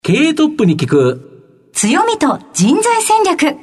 経営トップに聞く強みと人材戦略。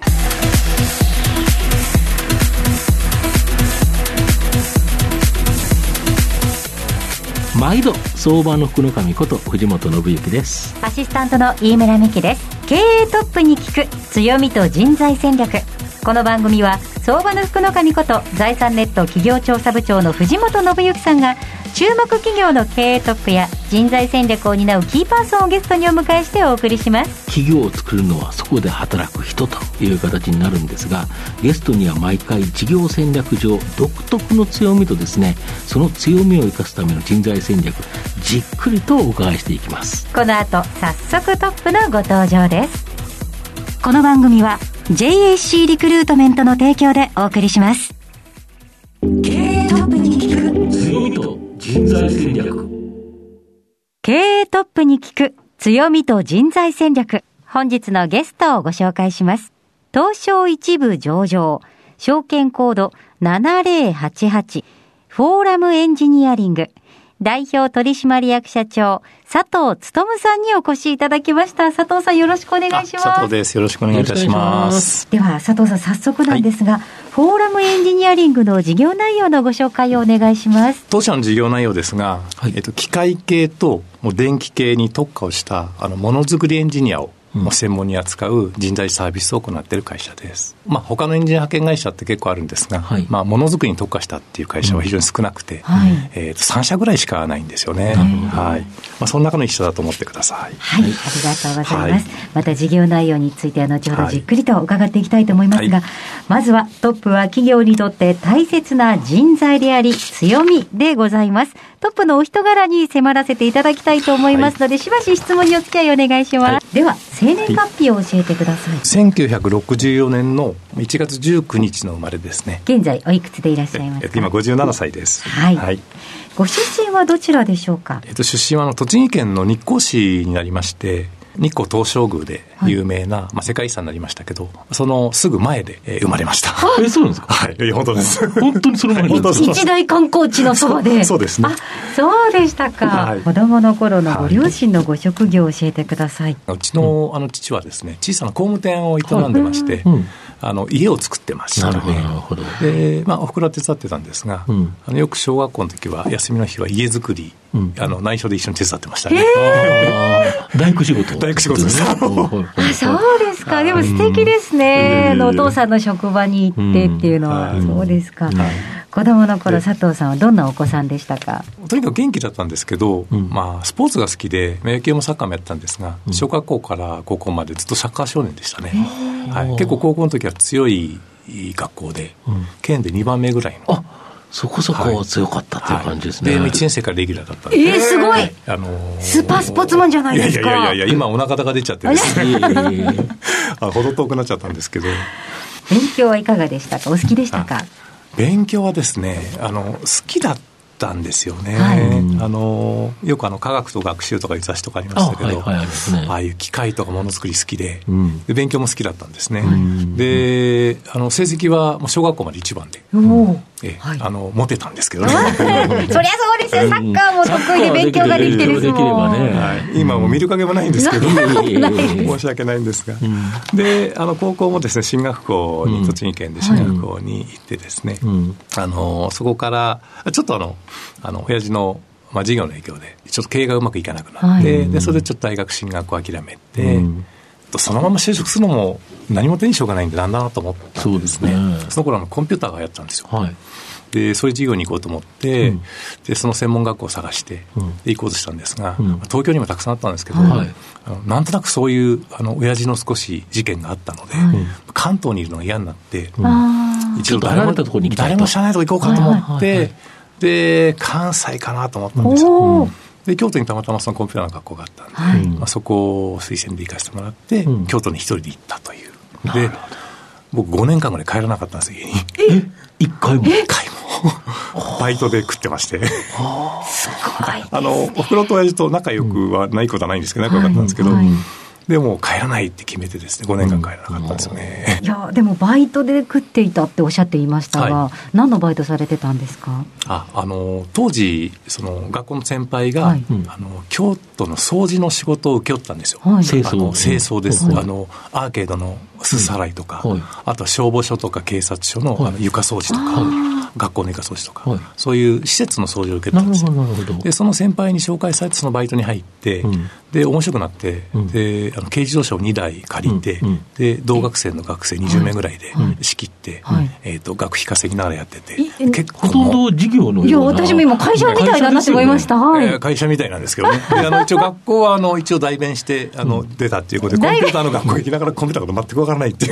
毎度相場の福の神こと藤本信之です。 アシスタントの飯村美希です。経営トップに聞く強みと人材戦略。この番組は相場の福の神こと財産ネット企業調査部長の藤本信之さんが注目企業の経営トップや人材戦略を担うキーパーソンをゲストにお迎えしてお送りします。 企業を作るのはそこで働く人という形になるんですが、ゲストには毎回事業戦略上独特の強みとですね、その強みを生かすための人材戦略、じっくりとお伺いしていきます。 この後早速トップのご登場です。この番組は JAC リクルートメントの提供でお送りします。経営トップに聞く強みと人材戦略。 経営トップに聞く強みと人材戦略。本日のゲストをご紹介します。東証一部上場、証券コード7088、フォーラムエンジニアリング代表取締役社長佐藤勉さんにお越しいただきました。佐藤さん、よろしくお願いします。 佐藤です。よろしくお願いいたします。 では佐藤さん、早速なんですが、フォーラムエンジニアリングの事業内容のご紹介をお願いします。 当社の事業内容ですが、機械系と電気系に特化をしたものづくりエンジニアを専門に扱う人材サービスを行っている会社です。他のエンジニア派遣会社って結構あるんですが、ものづくりに特化したっていう会社は非常に少なくて、3社ぐらいしかないんですよね。その中の一社だと思ってください。 はい、ありがとうございます。また事業内容については後ほどじっくりと伺っていきたいと思いますが、まずはトップは企業にとって大切な人材であり強みでございます。トップのお人柄に迫らせていただきたいと思いますので、しばし質問にお付き合いお願いします。では生年月日を教えてください。 1964年の1月19日の生まれですね。 現在おいくつでいらっしゃいますか？ 今57歳です。 ご出身はどちらでしょうか？ 出身は栃木県の日光市になりまして、日光東照宮で有名な、世界遺産になりましたけど、そのすぐ前で、生まれました。 そうなんですか？ はい、本当です。 本当にその前に一大観光地のそばで。 そうですね。 そうでしたか。子供の頃のご両親のご職業を教えてください。 うちの父はですね、小さな工務店を営んでまして、家を作ってましたね。なるほど。で、おふくろは手伝ってたんですが、よく小学校の時は休みの日は家作り、内緒で一緒に手伝ってましたね。 大工仕事です。そうですか。でも素敵ですね。お父さんの職場に行ってっていうのは。そうですか。子供の頃佐藤さんはどんなお子さんでしたか？ とにかく元気だったんですけど、スポーツが好きで野球もサッカーもやってたんですが、小学校から高校までずっとサッカー少年でしたね。結構高校の時は強い学校で、県で2番目ぐらいの。 そこそこ強かったっていう感じですね。 で1年生からレギュラーだったんで。 すごい、スーパースポーツマンじゃないですか。 いや今お腹高出ちゃってですねほど遠くなっちゃったんですけど。 勉強はいかがでしたか？お好きでしたか？ 勉強はですね、好きだったんですよね。よく科学と学習とかいう雑誌とかありましたけど、ああいう機械とかものづくり好きで、勉強も好きだったんですね。で成績はもう小学校まで一番で、モテたんですけどね。 そりゃそうですよ。サッカーも得意で勉強ができてるですもん。 今も見る影もないんですけど申し訳ないんですが、で高校もですね、進学校に、栃木県で進学校に行ってですね、そこからちょっと親父の事業の影響でちょっと経営がうまくいかなくなって、でそれでちょっと大学進学を諦めて、そのまま就職するのも何も手にしようがないんでなんだなと思ったんですね。その頃コンピューターがやったんですよ。でそういう事業に行こうと思って、でその専門学校を探して行こうとしたんですが、東京にもたくさんあったんですけど、なんとなくそういう親父の少し事件があったので、関東にいるのが嫌になって、一度誰も知らないとこ行こうかと思って、で関西かなと思ったんですよ。で京都にたまたまそのコンピューターの学校があったんで、そこを推薦で行かせてもらって、京都に一人で行ったという。で僕5年間ぐらい帰らなかったんですよ、家に。 一回もバイトで食ってまして。 すごい。 おふくろと親父と仲良くはないことはないんですけど、仲良かったんですけど、 でもう帰らないって決めてですね、5年間帰らなかったんですよね。 いやでもバイトで食っていたっておっしゃっていましたが、何のバイトされてたんですか？ 当時その学校の先輩が、京都の掃除の仕事を請け負ったんですよ。清掃です。アーケードのすす払いとか、あとは消防署とか警察署の、床掃除とか、学校の床掃除とか、そういう施設の掃除を受けたんですよ。でその先輩に紹介されてそのバイトに入って、で面白くなって、で軽自動車を2台借りて、で同学生の学生20名ぐらいで仕切って、学費稼ぎながらやってて、 結構ほとんど事業のような。 いや私も今会社みたいだなと思いました。 会社みたいなんですけどね。で一応学校は一応代弁して出たっていうことで、コンピューターの学校行きながらコンピューターのこと全く分からないっていう。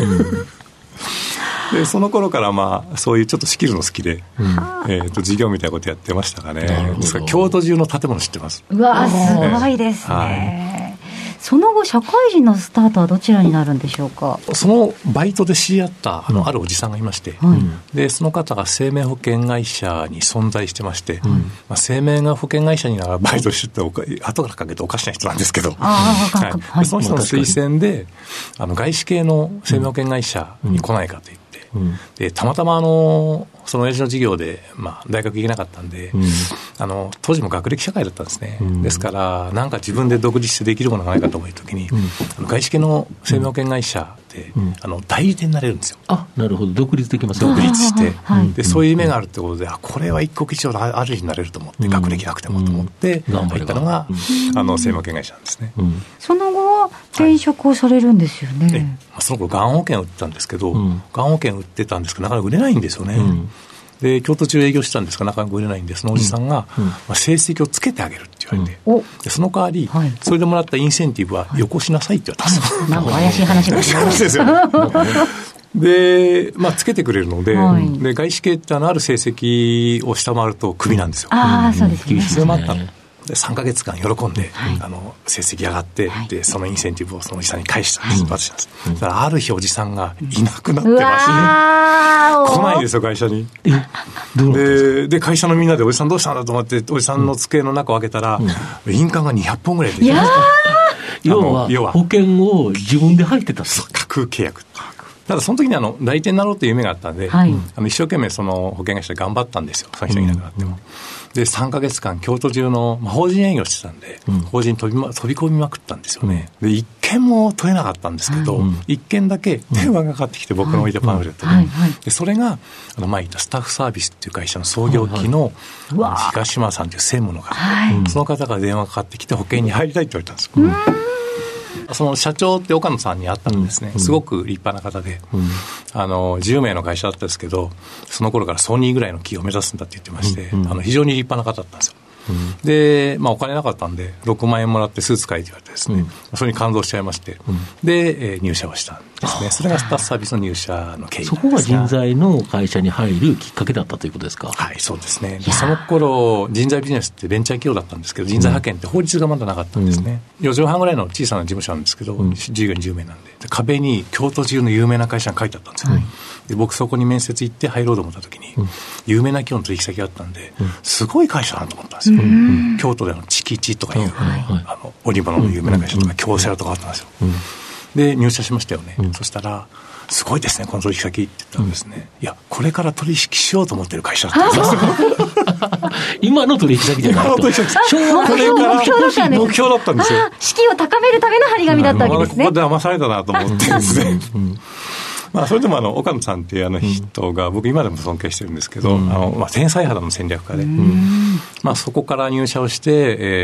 でその頃からそういうちょっとスキルの好きで、事業みたいなことやってましたかね。ですから京都中の建物知ってます。 うわすごいですね。その後社会人のスタートはどちらになるんでしょうか？ そのバイトで知り合ったあるおじさんがいまして、でその方が生命保険会社に存在してまして、生命保険会社にならバイトしてて後からかけておかしな人なんですけど、その人の推薦で外資系の生命保険会社に来ないかと言って、でたまたまその親父の授業で、大学行けなかったんで、当時も学歴社会だったんですね。ですからなんか自分で独立してできるものがないかと思うときに、外資系の生命保険会社で、代理店になれるんですよ。 なるほど、独立できますよ。独立して、でそういう夢があるってことで、これは一国一城のある日になれると思って、学歴なくてもと思って入ったのが生命保険会社なんですね。 その後は転職をされるんですよね。 その頃がん保険を売ってたんですけど、がん保険売ってたんですけどなかなか売れないんですよね。で京都中営業してたんですがなかなか売れないんで、そのおじさんが、成績をつけてあげるって言われて、でその代わり、それでもらったインセンティブはよこしなさいって言われたんですよ。 なんか怪しい話ですよね。でつけてくれるので、で外資系ってある成績を下回るとクビなんですよ。 そうですね。 それもあったので3ヶ月間喜んで、成績上がって、でそのインセンティブをそのおじさんに返したんです、渡したんです。だからある日おじさんがいなくなってまして、来ないんですよ会社に。で会社のみんなでおじさんどうしたんだと思って、おじさんの机の中を開けたら、印鑑が200本ぐらいできました。 要は保険を自分で入ってた。 架空契約。ただその時に代理店になろうという夢があったんで、一生懸命その保険会社で頑張ったんですよ、その人がいなくなっても。で3ヶ月間京都中の、法人営業してたんで、法人飛び込みまくったんですよね。で1件も取れなかったんですけど、1件だけ電話がかかってきて、僕の置いたパンフレットで、それが前言ったスタッフサービスっていう会社の創業期の東島さんという専務の方、その方が電話がかかってきて保険に入りたいって言われたんですよ。その社長って岡野さんに会ったんですね。すごく立派な方で、10名の会社だったんですけど、その頃からソニーぐらいの企業を目指すんだって言ってまして、非常に立派な方だったんですよ。で、お金なかったんで6万円もらってスーツ買いって言われてですね、それに感動しちゃいまして、で、入社をしたんですね。それがスタッフサービスの入社の経緯です。 そこが人材の会社に入るきっかけだったということですか？ はい、そうですね。でその頃人材ビジネスってベンチャー企業だったんですけど、人材派遣って法律がまだなかったんですね。4畳半ぐらいの小さな事務所なんですけど、従業員10名なんで、壁に京都中の有名な会社が書いてあったんですよ。で僕そこに面接行って入ろうと思った時に、有名な企業の取引先があったんで、すごい会社だなと思ったんですよ。京都でチキチとかいう、織物の有名な会社とか、京セラとかあったんですよ。で入社しましたよね。そしたらすごいですねこの取引先って言ったらですね、いやこれから取引しようと思ってる会社だったんですよ。 今の取引先じゃないと。 これから目標だったんですよ。 士気を高めるための張り紙だったわけですね。 ここで騙されたなと思ってですね。それでも岡野さんっていう人が僕今でも尊敬してるんですけど、天才肌の戦略家で、そこから入社をして、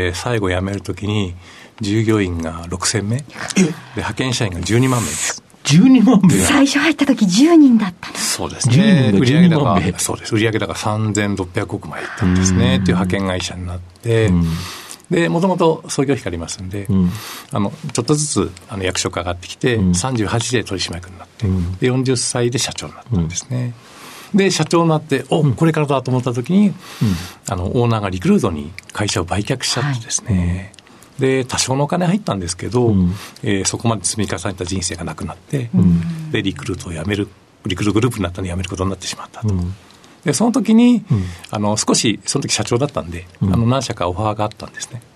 最後辞めるときに従業員が6000名で派遣社員が12万名です。 12万名。 最初入った時10人だったの。 そうですね。売上高そうです。売上高3600億も入ったんですね。っていう派遣会社になって、でもともと創業費がありますんで、ちょっとずつ役職上がってきて、38で取締役になって、で40歳で社長になったんですね。で社長になってこれからだと思った時に、オーナーがリクルートに会社を売却しちゃってですね、で多少のお金入ったんですけど、そこまで積み重ねた人生がなくなって、でリクルートを辞める、リクルートグループになったのに辞めることになってしまったと。でその時に、少しその時社長だったんで、何社かオファーがあったんですね。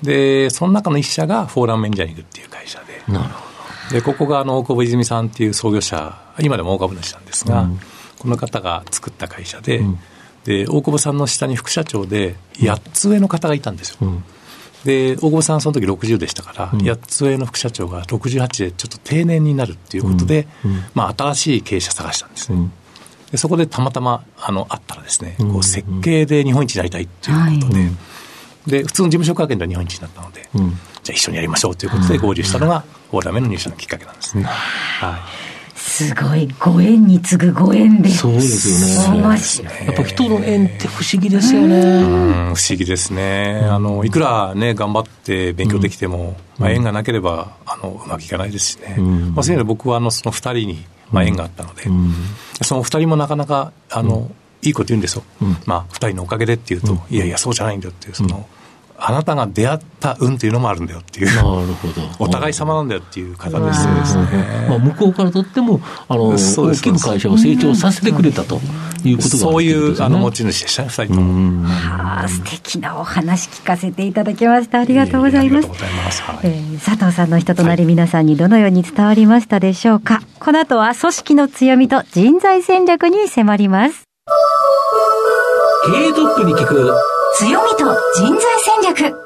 でその中の一社がフォーラムエンジニアリングっていう会社で、 なるほど。でここが大久保泉さんっていう創業者、今でも大株主なんですが、この方が作った会社で、で大久保さんの下に副社長で8つ上の方がいたんですよ。で大久保さんその時60でしたから、8つ上の副社長が68でちょっと定年になるっていうことで、新しい経営者探したんですね。でそこでたまたまあったらですね、こう設計で日本一になりたいということで、で普通の事務所会見では日本一になったので、じゃあ一緒にやりましょうということで合流したのがフォーラムの入社のきっかけなんですね。 すごい、ご縁に次ぐご縁で。 そうですよね。 面白い。 やっぱ人の縁って不思議ですよね。 不思議ですね。いくらね頑張って勉強できても、縁がなければうまくいかないですしね。そういう意味で僕はその2人に縁があったので、その2人もなかなかいいこと言うんですよ。2人のおかげでっていうと、いやいやそうじゃないんだよっていうあなたが出会った運というのもあるんだよっていう、なるほど、お互い様なんだよっていう方ですね。 向こうからとっても大きく会社を成長させてくれたということが、 そういう持ち主でしたね、2人とも。 素敵なお話聞かせていただきました。ありがとうございます。佐藤さんの人となり、皆さんにどのように伝わりましたでしょうか。この後は組織の強みと人材戦略に迫ります。 経営トップに聞く強みと人材戦略。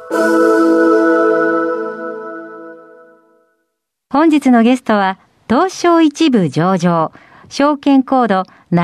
本日のゲストは東証一部上場、証券コード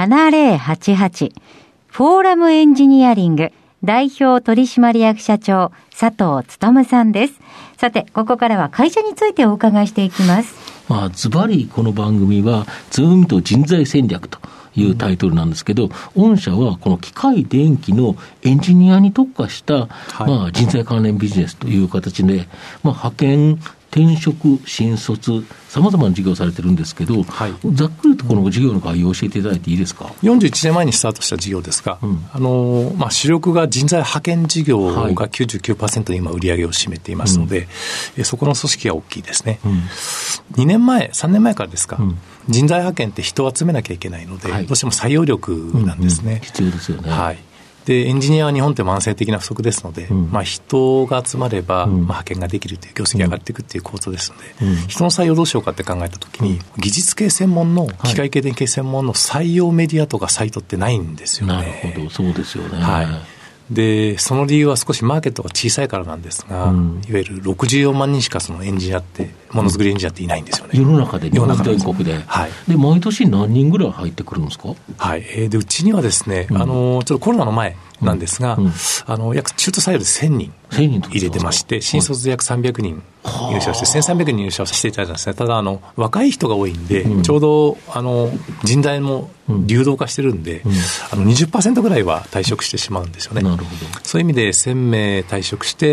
7088、フォーラムエンジニアリング代表取締役社長佐藤勉さんです。さて、ここからは会社についてお伺いしていきます。 ズバリこの番組は強みと人材戦略というタイトルなんですけど、御社はこの機械電気のエンジニアに特化した、人材関連ビジネスという形で、派遣、転職、新卒、さまざまな事業をされてるんですけど、ざっくりとこの事業の概要を教えていただいていいですか。 41年前にスタートした事業ですが、主力が人材派遣事業が 99% に今売り上げを占めていますので、そこの組織が大きいですね。2年前、3年前からですか、人材派遣って人を集めなきゃいけないので、どうしても採用力なんですね。 必要ですよね。 でエンジニアは日本って慢性的な不足ですので、人が集まれば、派遣ができるという業績が上がっていくという構造ですので、人の採用どうしようかって考えたときに、技術系専門の機械系電気系専門の採用メディアとかサイトってないんですよね。 なるほど、そうですよね。 でその理由は少しマーケットが小さいからなんですが、いわゆる64万人しかそのエンジニアってものづくりエンジニアっていないんですよね。 世の中で日本全国で、で毎年何人ぐらい入ってくるんですか。 でうちにはですね、ちょっとコロナの前なんですが、約中途採用で1000人入れてまして、新卒で約300人入社して1300人入社していただいたんですね。ただ若い人が多いんで、ちょうど人材も流動化してるんで、20% ぐらいは退職してしまうんですよね。 なるほど。 そういう意味で1000名退職して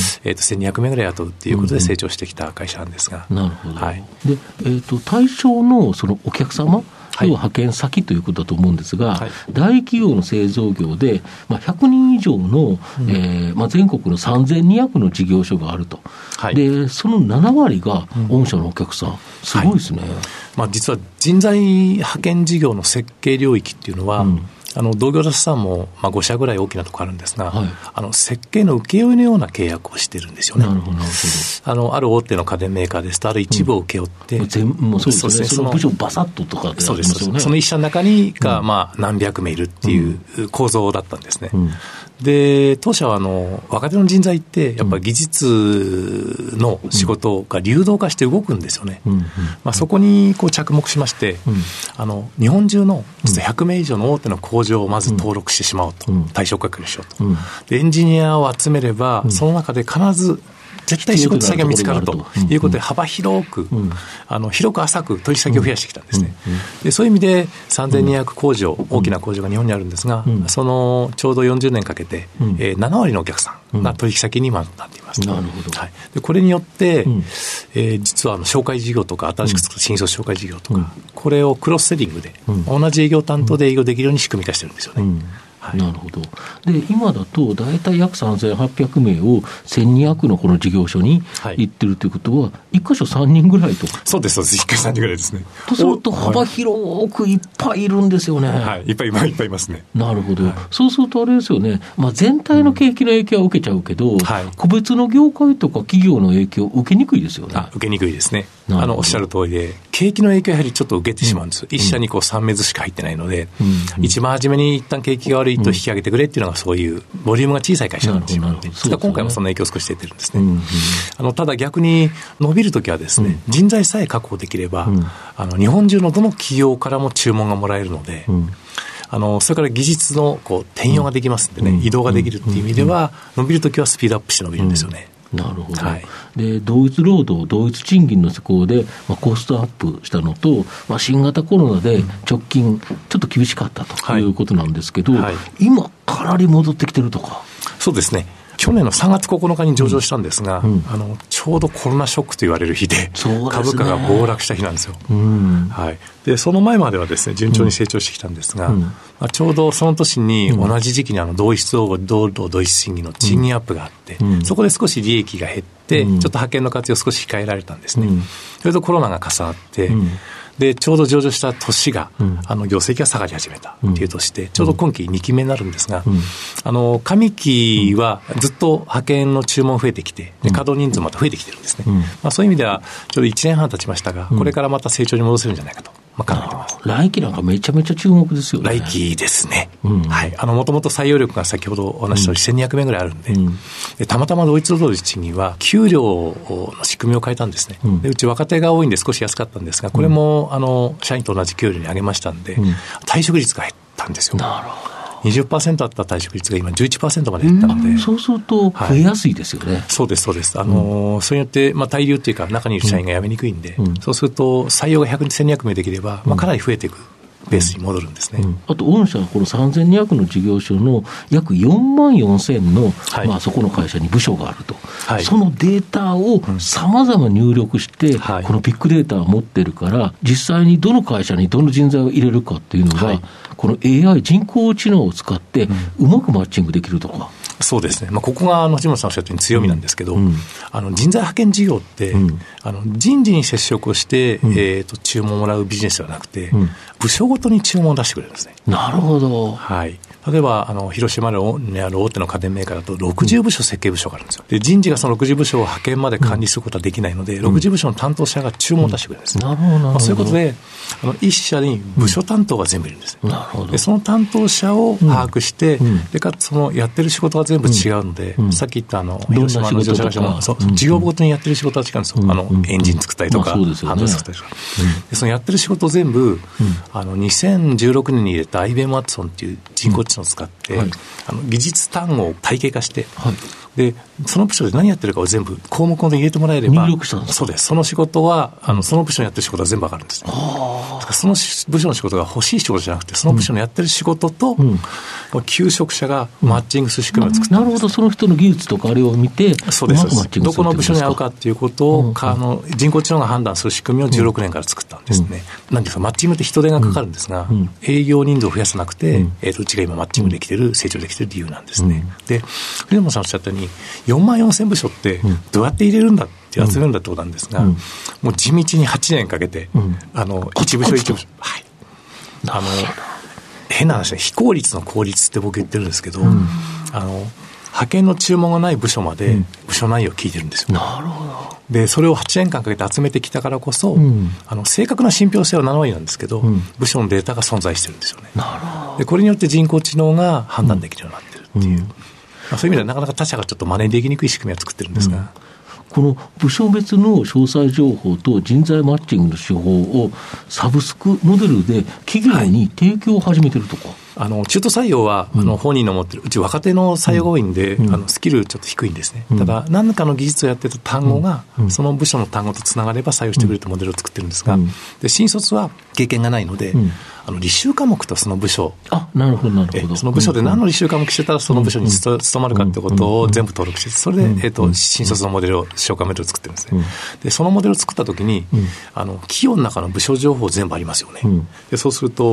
、1200名ぐらい雇うっていうことで成長してきた会社なんですが。 なるほど。で、対象のそのお客様、派遣先ということだと思うんですが、大企業の製造業で、100人以上の、全国の3200の事業所があると、でその7割が御社のお客さん、すごいですね。 実は人材派遣事業の設計領域っていうのは、同業者さんも5社ぐらい大きなところあるんですが、設計の請負のような契約をしてるんですよね。 なるほど。 ある大手の家電メーカーですと、ある一部を請け負って、 そうですね、その部署バサッととかってありますよね。 その一社の中にが、何百名いるっていう構造だったんですね。で当社は若手の人材ってやっぱり技術の仕事が流動化して動くんですよね。そこに着目しまして、日本中の実は100名以上の大手の工場をまず登録してしまおうと、対象価格にしようと、でエンジニアを集めれば、その中で必ず絶対仕事先が見つかるということで、幅広く、広く浅く取り先を増やしてきたんですね。でそういう意味で3200工場、大きな工場が日本にあるんですが、そのちょうど40年かけて、7割のお客さんが取引先に今なっています。 なるほど。 でこれによって、実は紹介事業とか新しく作った新卒紹介事業とか、これをクロスセリングで、同じ営業担当で営業できるように仕組み化してるんですよね。 はい、なるほど。で今だと大体約3800名を1200のこの事業所に行ってるということは、1箇所3人ぐらいとか。 そうですそうです、1箇所3人ぐらいですね。 とすると幅広くいっぱいいるんですよね。 はい、いっぱいいますね。 なるほど、はい、そうするとあれですよね、全体の景気の影響は受けちゃうけど、はい、個別の業界とか企業の影響を受けにくいですよね。 受けにくいですね。おっしゃる通りで、景気の影響はやはりちょっと受けてしまうんです。一社に3メズしか入ってないので、一番初めに一旦景気が悪いと引き上げてくれっていうのが、そういうボリュームが小さい会社なんでしまうので、今回もその影響を少し出てるんですね。ただ逆に伸びるときはですね、人材さえ確保できれば、日本中のどの企業からも注文がもらえるので、それから技術の転用ができますんでね、移動ができるっていう意味では、伸びるときはスピードアップして伸びるんですよね。 なるほど、はい、で同一労働同一賃金の施行で、コストアップしたのと、新型コロナで直近ちょっと厳しかったということなんですけど、今かなり戻ってきてるとか。 そうですね、去年の3月9日に上場したんですが、ちょうどコロナショックと言われる日で、株価が暴落した日なんですよ。はい、でその前まではですね、順調に成長してきたんですが、ちょうどその年に同じ時期に同一労働同一賃金の賃金アップがあって、そこで少し利益が減って、ちょっと派遣の活用を少し控えられたんですね。それとコロナが重なって、でちょうど上場した年が、業績が下がり始めたという年で、ちょうど今期2期目になるんですが、上期はずっと派遣の注文増えてきて、で稼働人数また増えてきてるんですね。そういう意味ではちょうど1年半経ちましたが、これからまた成長に戻せるんじゃないかと考えてます。 来期なんかめちゃめちゃ注目ですよね。 来期ですね。はい。もともと採用力が先ほどお話したように1200名ぐらいあるんで、でたまたま同一労働賃金は給料の仕組みを変えたんですね。でうち若手が多いんで少し安かったんですが、これも社員と同じ給料に上げましたんで、退職率が減ったんですよ。 なるほど。 20% あった退職率が今 11% まで減ったので、 そうすると増えやすいですよね。 そうです。それによって、滞留というか中にいる社員が辞めにくいんで、そうすると採用が1200名できれば、かなり増えていくベースに戻るんですね。 あと御社はこの3200の事業所の約4万4000の、そこの会社に部署があると、そのデータをさまざま入力して、このビッグデータを持ってるから、実際にどの会社にどの人材を入れるかっていうのが、この AI 人工知能を使ってうまくマッチングできるとか。 そうですね、ここが藤本さんおっしゃったように強みなんですけど、人材派遣事業って、人事に接触をして、注文をもらうビジネスではなくて、部署ごとに注文を出してくれるんですね。 なるほど。 はい。例えば広島にある大手の家電メーカーだと60部署設計部署があるんですよ。で人事がその60部署を派遣まで管理することはできないので、60部署の担当者が注文を出してくれるんですね。 なるほど。 そういうことで一社に部署担当が全部いるんです。 なるほど。 でその担当者を把握して、でかつそのやってる仕事が全部違うので、さっき言った広島の自動車会社も事業部ごとにやってる仕事は違うんですよ。エンジン作ったりとか、ハンドル作ったりとか。でそのやってる仕事を全部2016年に入れた IBM ワットソンっていう人工知能を使って、技術単語を体系化して、でその部署で何やってるかを全部項目ごとに入れてもらえれば、 入力したんですか。 そうです。その仕事はその部署にやってる仕事は全部わかるんですね。その部署の仕事が欲しい仕事じゃなくて、その部署のやってる仕事と、求職者がマッチングする仕組みを作ったんです。 なるほど。その人の技術とかあれを見て、 そうです。どこの部署に合うかっていうことを、人工知能が判断する仕組みを16年から作ったんですね。なんですか、マッチングって人手がかかるんですが、営業人数を増やさなくて、うちが今マッチングできてる、成長できてる理由なんですね。で藤本さんおっしゃったように4万4000部署ってどうやって入れるんだって集めるんだってことなんですが、もう地道に8年かけて、一部署一部署、変な話で非効率の効率って僕言ってるんですけど、派遣の注文がない部署まで部署内容を聞いてるんですよ。 なるほど。 でそれを8年間かけて集めてきたからこそ、正確な信憑性は7割なんですけど、部署のデータが存在してるんですよね。 なるほど。 でこれによって人工知能が判断できるようになってるっていう、そういう意味ではなかなか他社がちょっと真似できにくい仕組みを作ってるんですが、 この部署別の詳細情報と人材マッチングの手法をサブスクモデルで企業に提供を始めてるとか。 中途採用は本人の持ってるうち若手の採用が多いんで、スキルちょっと低いんですね。ただ何かの技術をやってた単語が、その部署の単語とつながれば採用してくれるというモデルを作ってるんですが、で新卒は経験がないので、履修科目とその部署、 なるほどなるほど。 その部署で何の履修科目してたらその部署に務まるかということを全部登録して、それで、新卒のモデルを消化モデルを作ってるんですね。でそのモデルを作ったときに、企業の中の部署情報全部ありますよね。でそうすると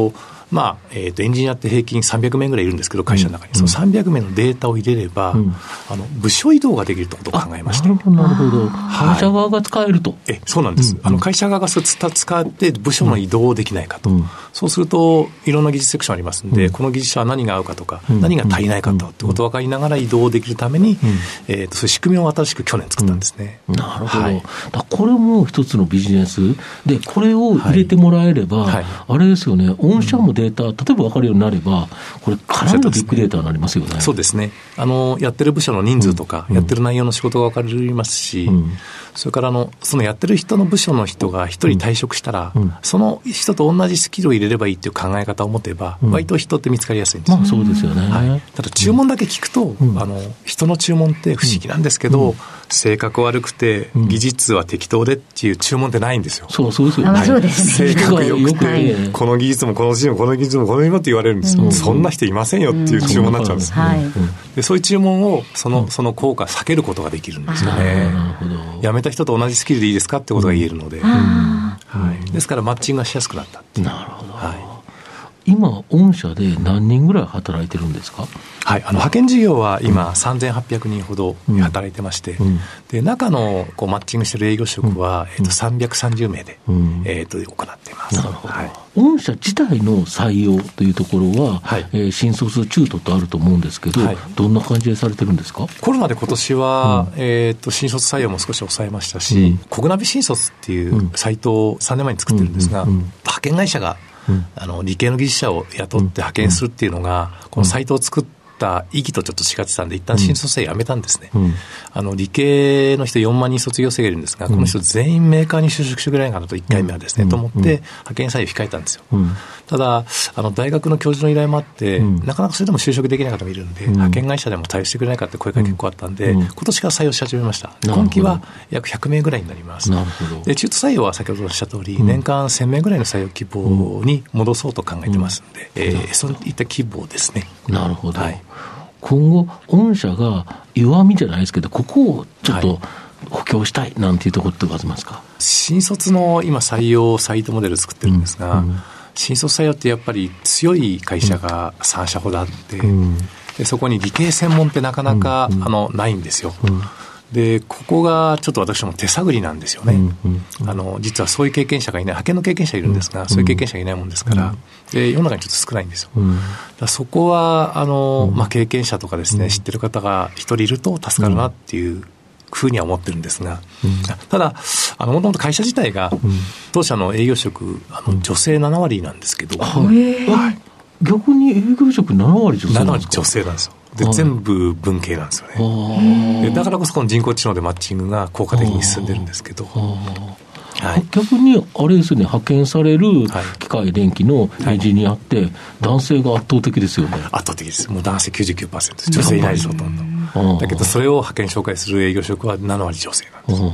エンジニアって平均300名ぐらいいるんですけど、会社の中に、その300名のデータを入れれば、部署移動ができるということを考えました。 なるほど。会社側が使えると。 そうなんです。会社側がそれ使って部署の移動をできないかと。そうすると、いろんな技術セクションありますので、この技術者は何が合うかとか、何が足りないかということを分かりながら移動できるために、そういう仕組みを新しく去年作ったんですね。 なるほど。これも一つのビジネスで、これを入れてもらえれば、あれですよね、御社もデータ、例えば分かるようになれば、これ、かなりのビッグデータになりますよね。 そうですね。やってる部署の人数とか、やってる内容の仕事が分かりますし、それからそのやってる人の部署の人が一人退職したら、その人と同じスキルを入れればいいっていう考え方を持てば、割と人って見つかりやすいんですよ。 そうですよね。 ただ注文だけ聞くと、人の注文って不思議なんですけど、性格悪くて、技術は適当でっていう注文ってないんですよ。 そうですよね。 そうですね。 性格良くて、この技術もこのチームもこの技術もこの今って言われるんですよ。そんな人いませんよっていう注文になっちゃうんです。でそういう注文をその効果避けることができるんですよね。辞めた人と同じスキルでいいですかってことが言えるので、ですからマッチングがしやすくなったっていう。 なるほど。今、御社で何人ぐらい働いてるんですか？ 派遣事業は今、3800人ほど働いてまして、で中のマッチングしている営業職は、330名で、行っています。 なるほど。御社自体の採用というところは、新卒中途とあると思うんですけど、どんな感じでされてるんですか？ コロナで今年は、新卒採用も少し抑えましたし、コグナビ新卒っていうサイトを3年前に作ってるんですが、派遣会社が理系の技術者を雇って派遣するっていうのが、このサイトを作った意義とちょっと違ってたんで、一旦新卒採用やめたんですね。理系の人4万人卒業生がいるんですが、この人全員メーカーに就職してくれないかなと1回目はですね、と思って派遣採用控えたんですよ。ただ大学の教授の依頼もあって、なかなかそれでも就職できない方もいるんで、派遣会社でも対応してくれないかって声が結構あったんで、今年から採用し始めました。今期は約100名ぐらいになります。で中途採用は先ほどおっしゃった通り、年間1000名ぐらいの採用希望に戻そうと考えてますので、そういった希望ですね。 なるほど。今後御社が弱みじゃないですけど、ここをちょっと補強したいなんていうところってありますか？ 新卒の今採用サイトモデル作ってるんですが、新卒採用ってやっぱり強い会社が3社ほどあって、でそこに理系専門ってなかなか、ないんですよ。でここがちょっと私も手探りなんですよね。実はそういう経験者がいない、派遣の経験者いるんですが、そういう経験者がいないもんですから、で世の中にちょっと少ないんですよ。だそこは経験者とかですね、知ってる方が一人いると助かるなっていうふうには思ってるんですが、ただもともと会社自体が、当社の営業職女性7割なんですけど、 逆に営業職7割女性なんですか？ 7割女性なんですよ。で全部文系なんですよね。でだからこそこの人工知能でマッチングが効果的に進んでるんですけど、 逆にあれですね、派遣される機械電気のエンジニアって男性が圧倒的ですよね。 圧倒的です。もう男性 99%、女性いないですほとんど。だけどそれを派遣紹介する営業職は7割女性なんです。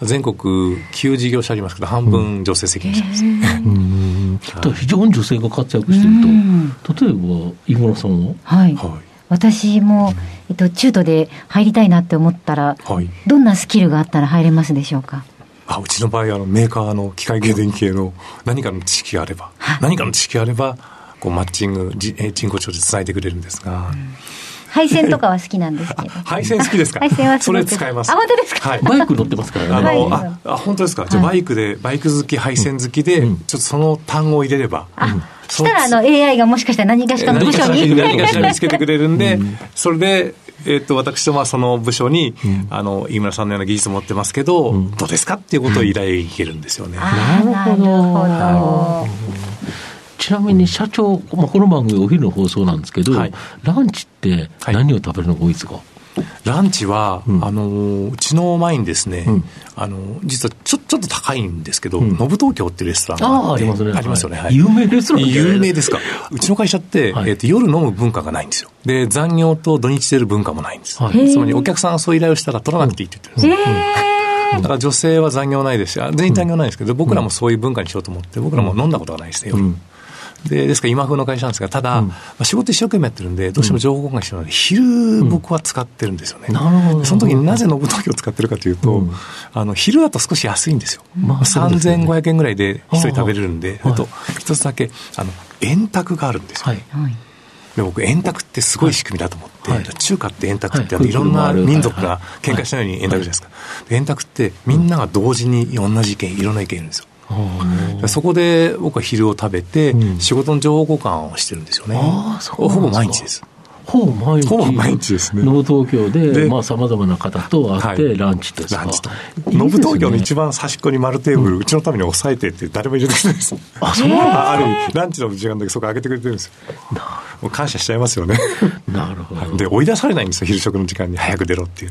全国9事業者ありますけど、半分女性責任者ですね。 非常に女性が活躍していると。例えば井村さんは？ 私も、中途で入りたいなって思ったら、どんなスキルがあったら入れますでしょうか？ うちの場合メーカーの機械系電気系の何かの知識があれば、マッチング人工知能でつないでくれるんですが、 配線とかは好きなんですけど。 配線好きですか？ 配線はそれ使えます。 本当ですか？ バイク乗ってますからね。本当ですか？じゃあバイク好き、配線好きで、ちょっとその単語を入れれば、 したらAI がもしかしたら何かしかの部署に何かしら見つけてくれるんで、それで、私とその部署に、飯村さんのような技術を持ってますけど、どうですかっていうことを依頼いけるんですよね。 なるほど。 ちなみに社長、この番組お昼の放送なんですけど、ランチって何を食べるのが多いですか？ ランチは、うちの前にですね、実はちょっと高いんですけど、ノブ東京っていうレストランがあってありますよね。 有名レストラン？ 有名ですか？うちの会社って、夜飲む文化がないんですよ。で残業と土日出る文化もないんです。つまりお客さんがそういう依頼をしたら取らなくていいって言ってるんですよ。だから女性は残業ないですし、全員残業ないですけど、僕らもそういう文化にしようと思って、僕らも飲んだことがないですね、夜。ですから今風の会社なんですが、ただ、仕事一生懸命やってるんで、どうしても情報交換が必要なので、昼僕は使ってるんですよね。その時になぜノブ東京を使ってるかというと、昼だと少し安いんですよ。3500円ぐらいで一人食べれるんで、一つだけ円卓があるんですよ、ね、はい、で僕円卓ってすごい仕組みだと思って、はい、中華って円卓っていろんな民族が喧嘩しないように円卓じゃないですか、はい、円卓ってみんなが同時に同じ意見、いろんな意見いるんですよ。そこで僕は昼を食べて仕事の情報交換をしてるんですよね、ほぼ毎日です。 ほぼ毎日ですね。 ノブ東京でさまざまな方と会ってランチですか。 ノブ東京の一番端っこに丸テーブル、うちのために押さえてって誰も入れてくれないです。 そうなんある意味ランチの時間だけそこ開けてくれてるんですよ。もう感謝しちゃいますよね。 なるほど。 で追い出されないんですよ、昼食の時間に早く出ろっていう、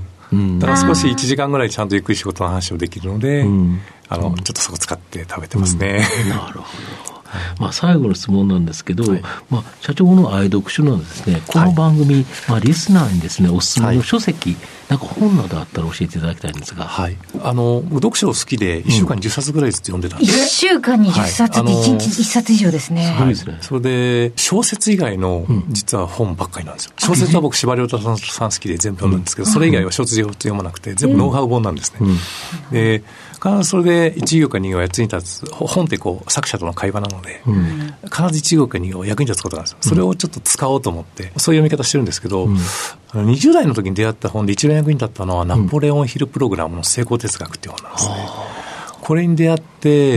だから少し1時間ぐらいちゃんとゆっくり仕事の話をできるので、ちょっとそこ使って食べてますね、 なるほど。最後の質問なんですけど、社長の愛読書のですね、この番組、リスナーにですねおすすめの書籍、なんか本などあったら教えていただきたいんですが、 読書好きで1週間に10冊ぐらいずつ読んでたんです。 1週間に10冊って1日1冊以上ですね。 すごいですね。 それで小説以外の実は本ばっかりなんですよ。小説は僕司馬遼太さん好きで全部読むんですけど、それ以外は小説読まなくて全部ノウハウ本なんですね、でそれで1行か2行は役に立つ。本って作者との会話なので、必ず1行か2行役に立つことがあるんですよ。それをちょっと使おうと思ってそういう読み方してるんですけど、20代の時に出会った本で一番役に立ったのはナポレオンヒルプログラムの成功哲学っていう本なんですね、これに出会って、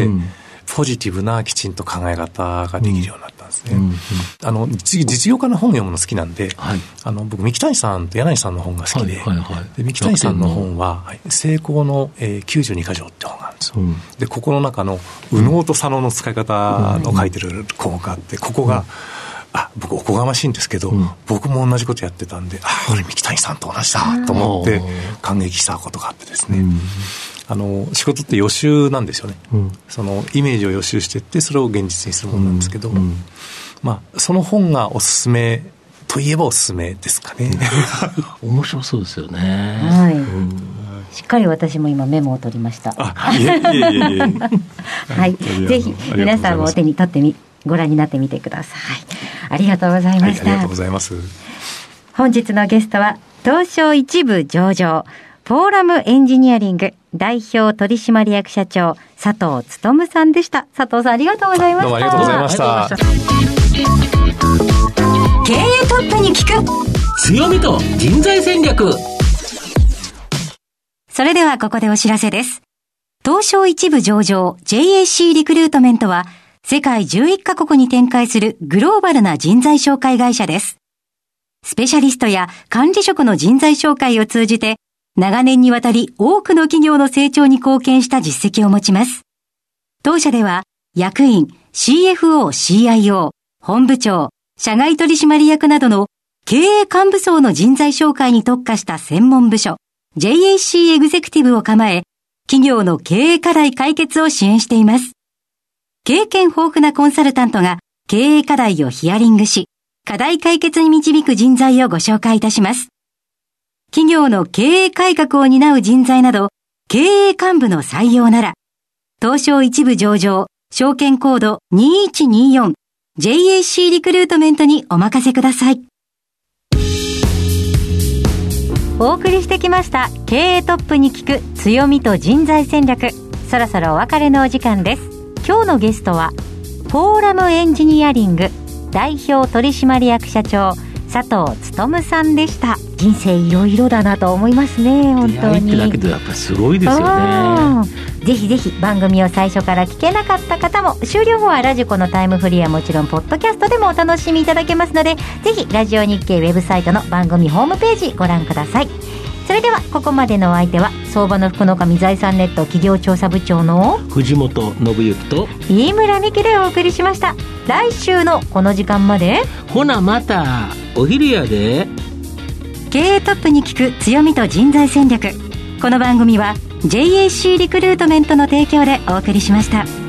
ポジティブなきちんと考え方ができるようになったんですね、実業家の本を読むの好きなんで、僕三木谷さんと柳井さんの本が好きで、で三木谷さんの本は成功の92箇条って本があるんですよ、でここの中の右脳と左脳の使い方の書いてる項目があって、ここが僕おこがましいんですけど、僕も同じことやってたんで、これ三木谷さんと同じだと思って感激したことがあってですね、仕事って予習なんですよね、そのイメージを予習していってそれを現実にするものなんですけど、その本がおすすめといえばおすすめですかね。 面白そうですよね、 しっかり私も今メモを取りました。 いえぜひ皆さんもお手に取ってご覧になってみてください。ありがとうございました、 ありがとうございます。 本日のゲストは東証一部上場フォーラムエンジニアリング代表取締役社長佐藤勉さんでした。佐藤さんありがとうございました。 どうもありがとうございました。 経営トップに聞く強みと人材戦略。 それではここでお知らせです。東証一部上場 JAC リクルートメントは世界11カ国に展開するグローバルな人材紹介会社です。スペシャリストや管理職の人材紹介を通じて長年にわたり多くの企業の成長に貢献した実績を持ちます。当社では役員、CFO、CIO、本部長、社外取締役などの経営幹部層の人材紹介に特化した専門部署 JAC エグゼクティブを構え、企業の経営課題解決を支援しています。経験豊富なコンサルタントが経営課題をヒアリングし、課題解決に導く人材をご紹介いたします。企業の経営改革を担う人材など、経営幹部の採用なら、東証一部上場、証券コード2124、JAC リクルートメントにお任せください。お送りしてきました経営トップに聞く強みと人材戦略。そろそろお別れのお時間です。今日のゲストはフォーラムエンジニアリング代表取締役社長佐藤勉さんでした。人生いろいろだなと思いますね。本当に出会いってだけでやっぱりすごいですよね。 ぜひぜひ番組を最初から聞けなかった方も終了後はラジコのタイムフリーはもちろんポッドキャストでもお楽しみいただけますので、ぜひラジオ日経ウェブサイトの番組ホームページご覧ください。それではここまでのお相手は相場の福の神財産ネット企業調査部長の藤本信之と飯村美希でお送りしました。来週のこの時間までほなまたお昼やで。 経営トップに聞く強みと人材戦略。この番組は JAC リクルートメントの提供でお送りしました。